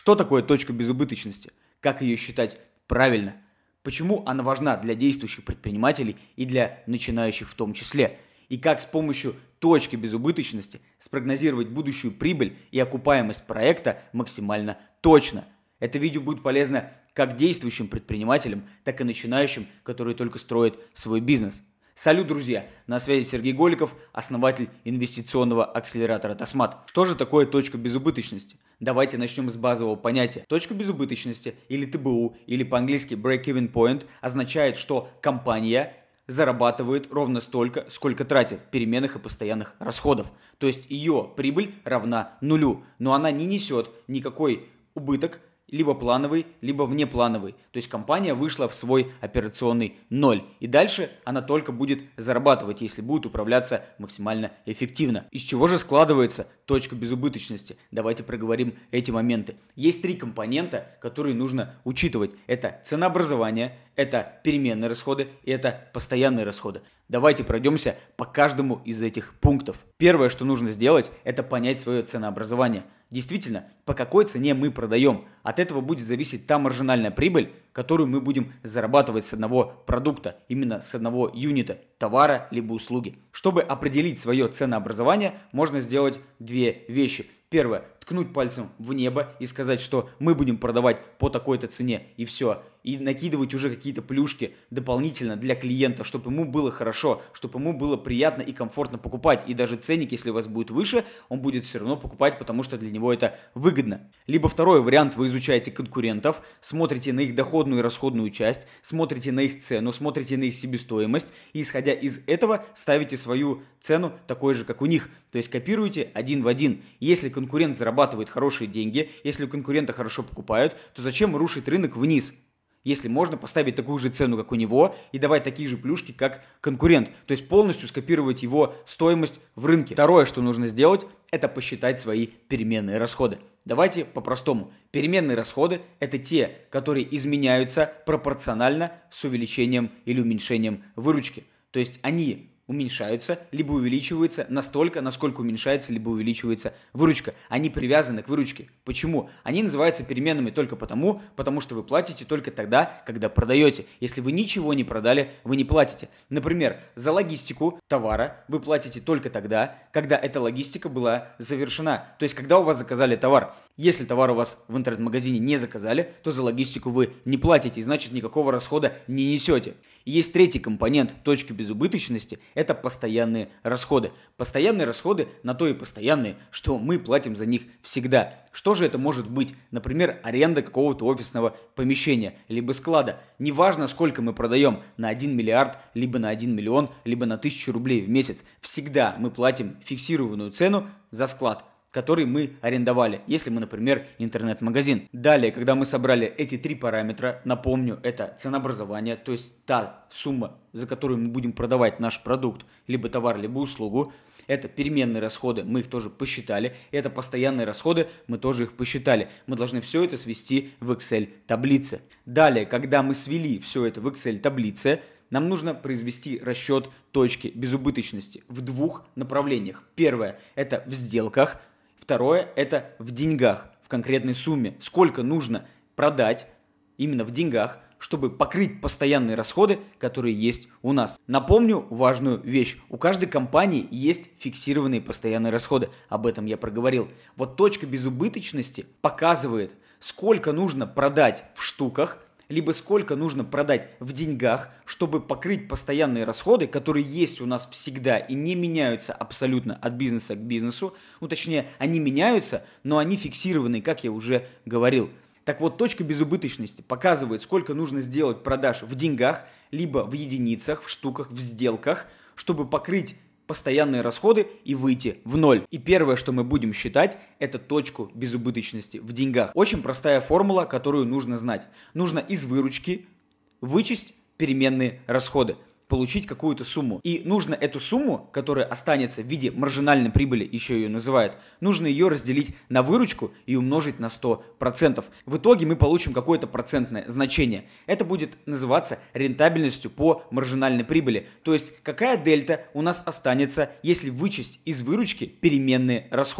Что такое точка безубыточности? Как ее считать правильно? Почему она важна для действующих предпринимателей и для начинающих в том числе? И как с помощью точки безубыточности спрогнозировать будущую прибыль и окупаемость проекта максимально точно? Это видео будет полезно как действующим предпринимателям, так и начинающим, которые только строят свой бизнес. Салют, друзья! На связи Сергей Голиков, основатель инвестиционного акселератора Тасмат. Что же такое точка безубыточности? Давайте начнем с базового понятия. Точка безубыточности, или ТБУ, или по-английски break-even point, означает, что компания зарабатывает ровно столько, сколько тратит переменных и постоянных расходов. То есть ее прибыль равна нулю, но она не несет никакой убыток, либо плановый, либо внеплановый. То есть компания вышла в свой операционный ноль. И дальше она только будет зарабатывать, если будет управляться максимально эффективно. Из чего же складывается точка безубыточности? Давайте проговорим эти моменты. Есть три компонента, которые нужно учитывать. Это ценообразование, это переменные расходы и это постоянные расходы. Давайте пройдемся по каждому из этих пунктов. Первое, что нужно сделать, это понять свое ценообразование. Действительно, по какой цене мы продаем. От этого будет зависеть та маржинальная прибыль, которую мы будем зарабатывать с одного продукта, именно с одного юнита, товара либо услуги. Чтобы определить свое ценообразование, можно сделать две вещи. Первое, ткнуть пальцем в небо и сказать, что мы будем продавать по такой-то цене, и все. И накидывать уже какие-то плюшки дополнительно для клиента, чтобы ему было хорошо, чтобы ему было приятно и комфортно покупать. И даже ценник, если у вас будет выше, он будет все равно покупать, потому что для него это выгодно. Либо второй вариант, вы изучаете конкурентов, смотрите на их доходную и расходную часть, смотрите на их цену, смотрите на их себестоимость, и исходя из этого ставите свою цену такой же, как у них. То есть копируете один в один. Если конкурент зарабатывает хорошие деньги, если у конкурента хорошо покупают, то зачем рушить рынок вниз? Если можно поставить такую же цену, как у него, и давать такие же плюшки, как конкурент. То есть полностью скопировать его стоимость в рынке. Второе, что нужно сделать, это посчитать свои переменные расходы. Давайте по-простому. Переменные расходы – это те, которые изменяются пропорционально с увеличением или уменьшением выручки. То есть они уменьшаются, либо увеличиваются настолько, насколько уменьшается, либо увеличивается выручка. Они привязаны к выручке. Почему? Они называются переменными только потому что вы платите только тогда, когда продаете. Если вы ничего не продали, вы не платите. Например, за логистику товара вы платите только тогда, когда эта логистика была завершена. То есть, когда у вас заказали товар. Если товар у вас в интернет-магазине не заказали, то за логистику вы не платите, и значит никакого расхода не несете. И есть третий компонент точки безубыточности – это постоянные расходы. Постоянные расходы на то и постоянные, что мы платим за них всегда. Что же это может быть? Например, аренда какого-то офисного помещения, либо склада. Неважно, сколько мы продаем, на 1 миллиард, либо на 1 миллион, либо на 1000 рублей в месяц. Всегда мы платим фиксированную цену за склад, который мы арендовали, если мы, например, интернет-магазин. Далее, когда мы собрали эти три параметра, напомню, это ценообразование, то есть та сумма, за которую мы будем продавать наш продукт, либо товар, либо услугу. Это переменные расходы, мы их тоже посчитали. Это постоянные расходы, мы тоже их посчитали. Мы должны все это свести в Excel-таблице. Далее, когда мы свели все это в Excel-таблице, нам нужно произвести расчет точки безубыточности в двух направлениях. Первое – это в сделках. Второе – это в деньгах, в конкретной сумме. Сколько нужно продать именно в деньгах, чтобы покрыть постоянные расходы, которые есть у нас. Напомню важную вещь. У каждой компании есть фиксированные постоянные расходы. Об этом я проговорил. Вот точка безубыточности показывает, сколько нужно продать в штуках, либо сколько нужно продать в деньгах, чтобы покрыть постоянные расходы, которые есть у нас всегда и не меняются абсолютно от бизнеса к бизнесу. Ну, точнее, они меняются, но они фиксированы, как я уже говорил. Так вот, точка безубыточности показывает, сколько нужно сделать продаж в деньгах, либо в единицах, в штуках, в сделках, чтобы покрыть постоянные расходы и выйти в ноль. И первое, что мы будем считать, это точку безубыточности в деньгах. Очень простая формула, которую нужно знать. Нужно из выручки вычесть переменные расходы, получить какую-то сумму. И нужно эту сумму, которая останется в виде маржинальной прибыли, еще ее называют, нужно ее разделить на выручку и умножить на 100%. В итоге мы получим какое-то процентное значение. Это будет называться рентабельностью по маржинальной прибыли. То есть какая дельта у нас останется, если вычесть из выручки переменные расходы.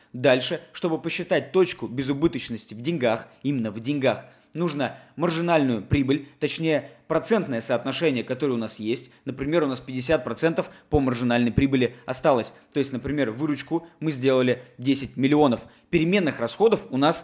Дальше, чтобы посчитать точку безубыточности в деньгах, именно в деньгах, нужно маржинальную прибыль, точнее процентное соотношение, которое у нас есть. Например, у нас 50% по маржинальной прибыли осталось. То есть, например, выручку мы сделали 10 миллионов. Переменных расходов у нас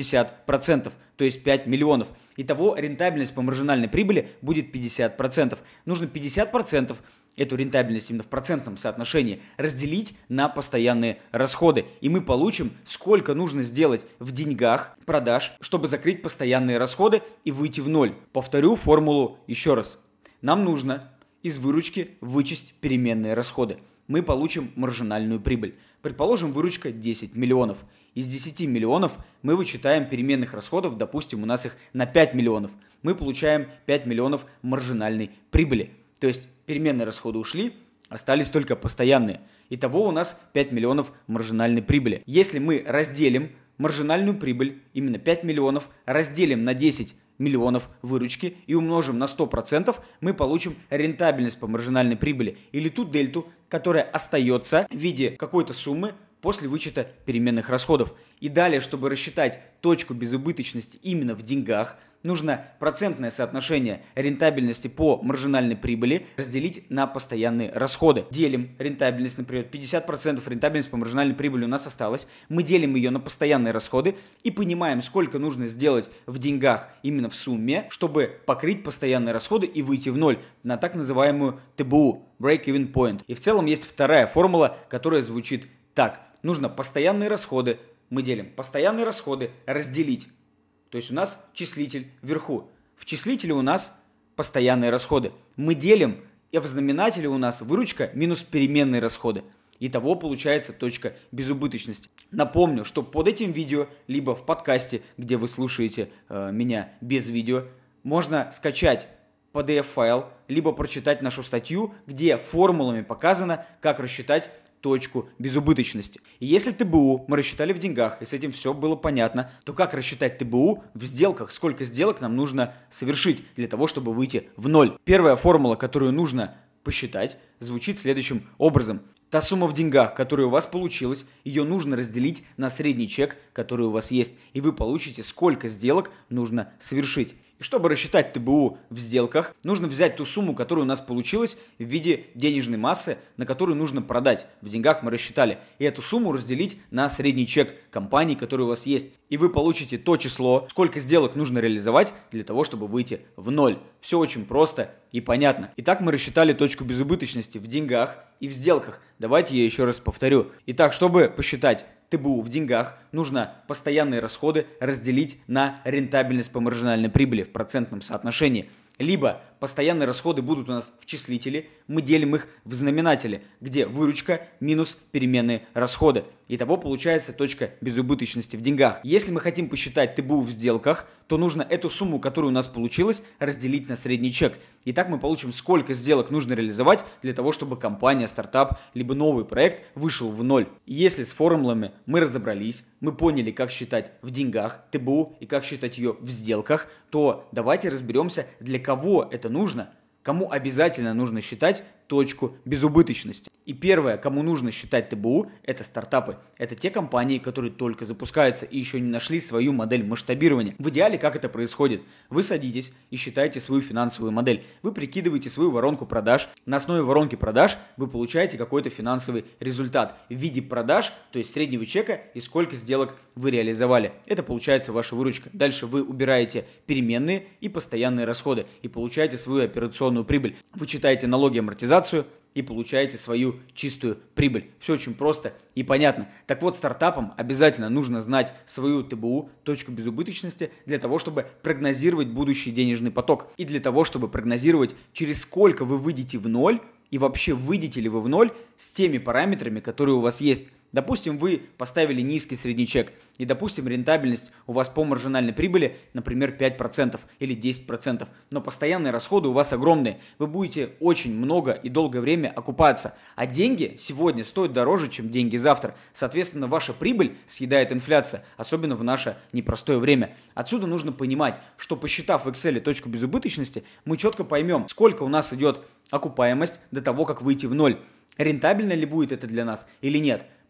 50%, то есть 5 миллионов. Итого рентабельность по маржинальной прибыли будет 50%. Нужно 50% эту рентабельность именно в процентном соотношении разделить на постоянные расходы. И мы получим, сколько нужно сделать в деньгах продаж, чтобы закрыть постоянные расходы и выйти в ноль. Повторю формулу еще раз. Нам нужно из выручки вычесть переменные расходы. Мы получим маржинальную прибыль. Предположим, выручка 10 миллионов. Из 10 миллионов мы вычитаем переменных расходов, допустим, у нас их на 5 миллионов. Мы получаем 5 миллионов маржинальной прибыли. То есть переменные расходы ушли, остались только постоянные. Итого у нас 5 миллионов маржинальной прибыли. Если мы разделим маржинальную прибыль, именно 5 миллионов, разделим на 10 миллионов выручки и умножим на 100%, мы получим рентабельность по маржинальной прибыли или ту дельту, которая остается в виде какой-то суммы после вычета переменных расходов. И далее, чтобы рассчитать точку безубыточности именно в деньгах, нужно процентное соотношение рентабельности по маржинальной прибыли разделить на постоянные расходы. Делим рентабельность, например, 50% рентабельность по маржинальной прибыли у нас осталось. Мы делим ее на постоянные расходы и понимаем, сколько нужно сделать в деньгах именно в сумме, чтобы покрыть постоянные расходы и выйти в ноль на так называемую ТБУ, Break-Even Point. И в целом есть вторая формула, которая звучит так. Нужно постоянные расходы, мы делим постоянные расходы разделить. То есть у нас числитель вверху. В числителе у нас постоянные расходы. Мы делим, и в знаменателе у нас выручка минус переменные расходы. Итого получается точка безубыточности. Напомню, что под этим видео, либо в подкасте, где вы слушаете меня без видео, можно скачать PDF-файл, либо прочитать нашу статью, где формулами показано, как рассчитать точку безубыточности. И если ТБУ мы рассчитали в деньгах, и с этим все было понятно, то как рассчитать ТБУ в сделках, сколько сделок нам нужно совершить для того, чтобы выйти в ноль? Первая формула, которую нужно посчитать, звучит следующим образом. Та сумма в деньгах, которая у вас получилась, ее нужно разделить на средний чек, который у вас есть, и вы получите, сколько сделок нужно совершить. И чтобы рассчитать ТБУ в сделках, нужно взять ту сумму, которая у нас получилась в виде денежной массы, на которую нужно продать. В деньгах мы рассчитали. И эту сумму разделить на средний чек компании, который у вас есть. И вы получите то число, сколько сделок нужно реализовать для того, чтобы выйти в ноль. Все очень просто и понятно. Итак, мы рассчитали точку безубыточности в деньгах и в сделках. Давайте я еще раз повторю. Итак, чтобы посчитать ТБУ в деньгах, нужно постоянные расходы разделить на рентабельность по маржинальной прибыли в процентном соотношении. Либо постоянные расходы будут у нас в числителе, мы делим их в знаменателе, где выручка минус переменные расходы. Итого получается точка безубыточности в деньгах. Если мы хотим посчитать ТБУ в сделках, то нужно эту сумму, которая у нас получилась, разделить на средний чек. И так мы получим, сколько сделок нужно реализовать для того, чтобы компания, стартап, либо новый проект вышел в ноль. И если с формулами мы разобрались, мы поняли, как считать в деньгах ТБУ и как считать ее в сделках, то давайте разберемся, для кого это нужно, кому обязательно нужно считать точку безубыточности. И первое, кому нужно считать ТБУ, это стартапы. Это те компании, которые только запускаются и еще не нашли свою модель масштабирования. В идеале, как это происходит? Вы садитесь и считаете свою финансовую модель. Вы прикидываете свою воронку продаж. На основе воронки продаж вы получаете какой-то финансовый результат в виде продаж, то есть среднего чека и сколько сделок вы реализовали. Это получается ваша выручка. Дальше вы убираете переменные и постоянные расходы и получаете свою операционную прибыль. Вы читаете налоги, амортизацию и получаете свою чистую прибыль. Все очень просто и понятно. Так вот, стартапам обязательно нужно знать свою ТБУ, точку безубыточности, для того, чтобы прогнозировать будущий денежный поток. И для того, чтобы прогнозировать, через сколько вы выйдете в ноль, и вообще выйдете ли вы в ноль с теми параметрами, которые у вас есть. Допустим, вы поставили низкий средний чек, и, допустим, рентабельность у вас по маржинальной прибыли, например, 5% или 10%, но постоянные расходы у вас огромные. Вы будете очень много и долгое время окупаться, а деньги сегодня стоят дороже, чем деньги завтра. Соответственно, ваша прибыль съедает инфляция, особенно в наше непростое время. Отсюда нужно понимать, что посчитав в Excel точку безубыточности, мы четко поймем, сколько у нас идет окупаемость до того, как выйти в ноль. Рентабельно ли будет это для нас или нет?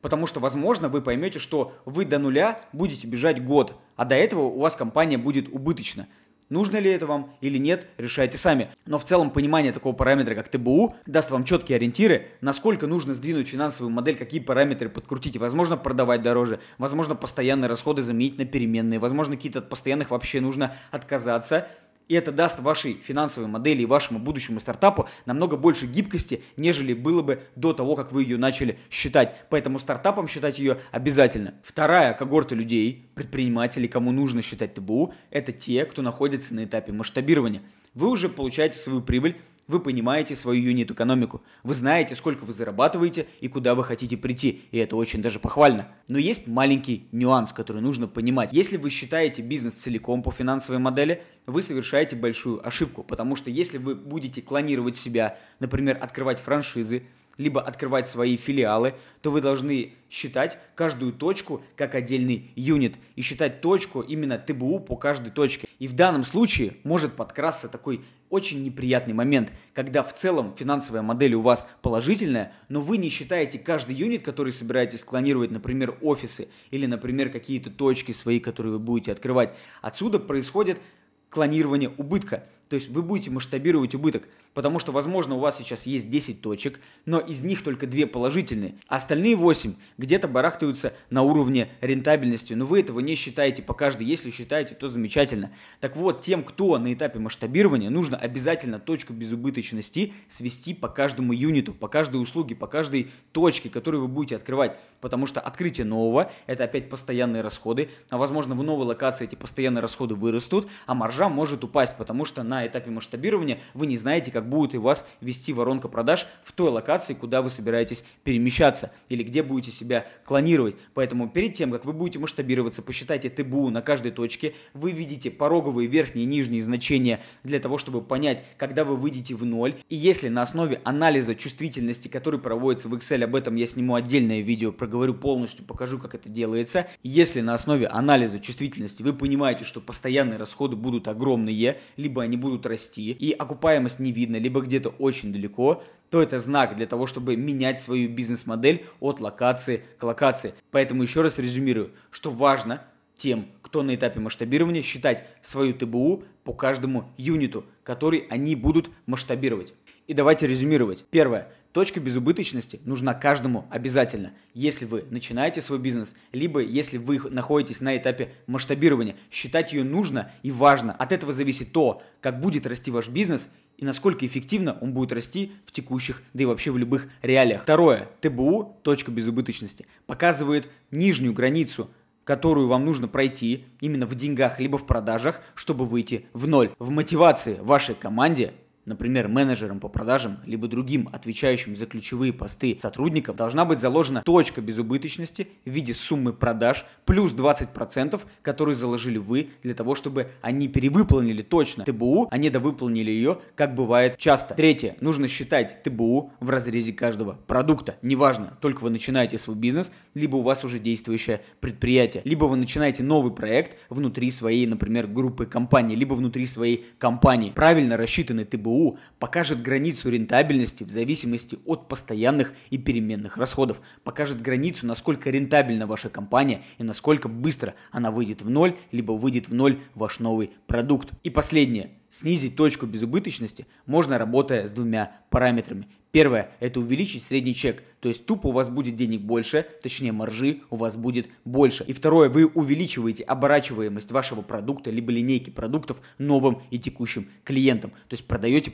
Потому что, возможно, вы поймете, что вы до нуля будете бежать год, а до этого у вас компания будет убыточна. Нужно ли это вам или нет, решайте сами. Но в целом понимание такого параметра, как ТБУ, даст вам четкие ориентиры, насколько нужно сдвинуть финансовую модель, какие параметры подкрутить. Возможно, продавать дороже, возможно, постоянные расходы заменить на переменные, возможно, какие-то от постоянных вообще нужно отказаться. И это даст вашей финансовой модели и вашему будущему стартапу намного больше гибкости, нежели было бы до того, как вы ее начали считать. Поэтому стартапом считать ее обязательно. Вторая когорта людей, предпринимателей, кому нужно считать ТБУ, это те, кто находится на этапе масштабирования. Вы уже получаете свою прибыль, вы понимаете свою юнит-экономику, вы знаете, сколько вы зарабатываете и куда вы хотите прийти, и это очень даже похвально. Но есть маленький нюанс, который нужно понимать. Если вы считаете бизнес целиком по финансовой модели, вы совершаете большую ошибку, потому что если вы будете клонировать себя, например, открывать франшизы, либо открывать свои филиалы, то вы должны считать каждую точку как отдельный юнит и считать точку именно ТБУ по каждой точке. И в данном случае может подкрасться такой очень неприятный момент, когда в целом финансовая модель у вас положительная, но вы не считаете каждый юнит, который собираетесь клонировать, например, офисы или, например, какие-то точки свои, которые вы будете открывать. Отсюда происходит клонирование убытка. То есть вы будете масштабировать убыток, потому что, возможно, у вас сейчас есть 10 точек, но из них только 2 положительные, а остальные 8 где-то барахтаются на уровне рентабельности, но вы этого не считаете по каждой. Если считаете, то замечательно. Так вот, тем, кто на этапе масштабирования, нужно обязательно точку безубыточности свести по каждому юниту, по каждой услуге, по каждой точке, которую вы будете открывать, потому что открытие нового – это опять постоянные расходы, а возможно, в новой локации эти постоянные расходы вырастут, а маржа может упасть, потому что на этапе масштабирования вы не знаете, как будет у вас вести воронка продаж в той локации, куда вы собираетесь перемещаться или где будете себя клонировать. Поэтому перед тем, как вы будете масштабироваться, посчитайте ТБУ на каждой точке, вы видите пороговые верхние и нижние значения для того, чтобы понять, когда вы выйдете в ноль. И если на основе анализа чувствительности, который проводится в Excel, об этом я сниму отдельное видео, проговорю полностью, покажу, как это делается. Если на основе анализа чувствительности вы понимаете, что постоянные расходы будут огромные, либо они будут расти, и окупаемость не видно, либо где-то очень далеко, то это знак для того, чтобы менять свою бизнес-модель от локации к локации. Поэтому еще раз резюмирую, что важно тем, кто на этапе масштабирования, считать свою ТБУ по каждому юниту, который они будут масштабировать. И давайте резюмировать. Первое. Точка безубыточности нужна каждому обязательно, если вы начинаете свой бизнес, либо если вы находитесь на этапе масштабирования. Считать ее нужно и важно. От этого зависит то, как будет расти ваш бизнес и насколько эффективно он будет расти в текущих, да и вообще в любых реалиях. Второе. ТБУ, точка безубыточности, показывает нижнюю границу, которую вам нужно пройти именно в деньгах либо в продажах, чтобы выйти в ноль. В мотивации вашей команде, например, менеджерам по продажам, либо другим отвечающим за ключевые посты сотрудникам, должна быть заложена точка безубыточности в виде суммы продаж плюс 20%, которые заложили вы для того, чтобы они перевыполнили точно ТБУ, а не довыполнили ее, как бывает часто. Третье. Нужно считать ТБУ в разрезе каждого продукта. Неважно, только вы начинаете свой бизнес, либо у вас уже действующее предприятие, либо вы начинаете новый проект внутри своей, например, группы компаний, либо внутри своей компании. Правильно рассчитанный ТБУ покажет границу рентабельности в зависимости от постоянных и переменных расходов, покажет границу, насколько рентабельна ваша компания и насколько быстро она выйдет в ноль, либо выйдет в ноль ваш новый продукт. И последнее. Снизить точку безубыточности можно, работая с 2 параметрами. Первое – это увеличить средний чек, то есть тупо у вас будет денег больше, точнее маржи у вас будет больше. И второе, вы увеличиваете оборачиваемость вашего продукта, либо линейки продуктов новым и текущим клиентам. То есть продаете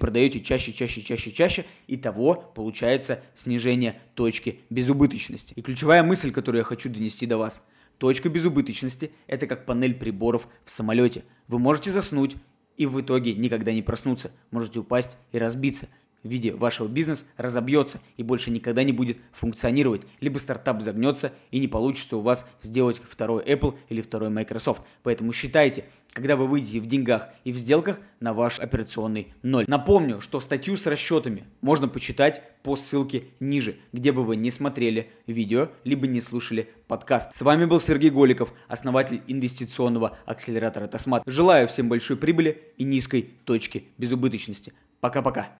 чаще, и того получается снижение точки безубыточности. И ключевая мысль, которую я хочу донести до вас. Точка безубыточности – это как панель приборов в самолете. Вы можете заснуть и в итоге никогда не проснуться, можете упасть и разбиться. В виде вашего бизнеса разобьется и больше никогда не будет функционировать. Либо стартап загнется и не получится у вас сделать второй Apple или второй Microsoft. Поэтому считайте, когда вы выйдете в деньгах и в сделках на ваш операционный ноль. Напомню, что статью с расчетами можно почитать по ссылке ниже, где бы вы не смотрели видео, либо не слушали подкаст. С вами был Сергей Голиков, основатель инвестиционного акселератора Тасмат. Желаю всем большой прибыли и низкой точки безубыточности. Пока-пока.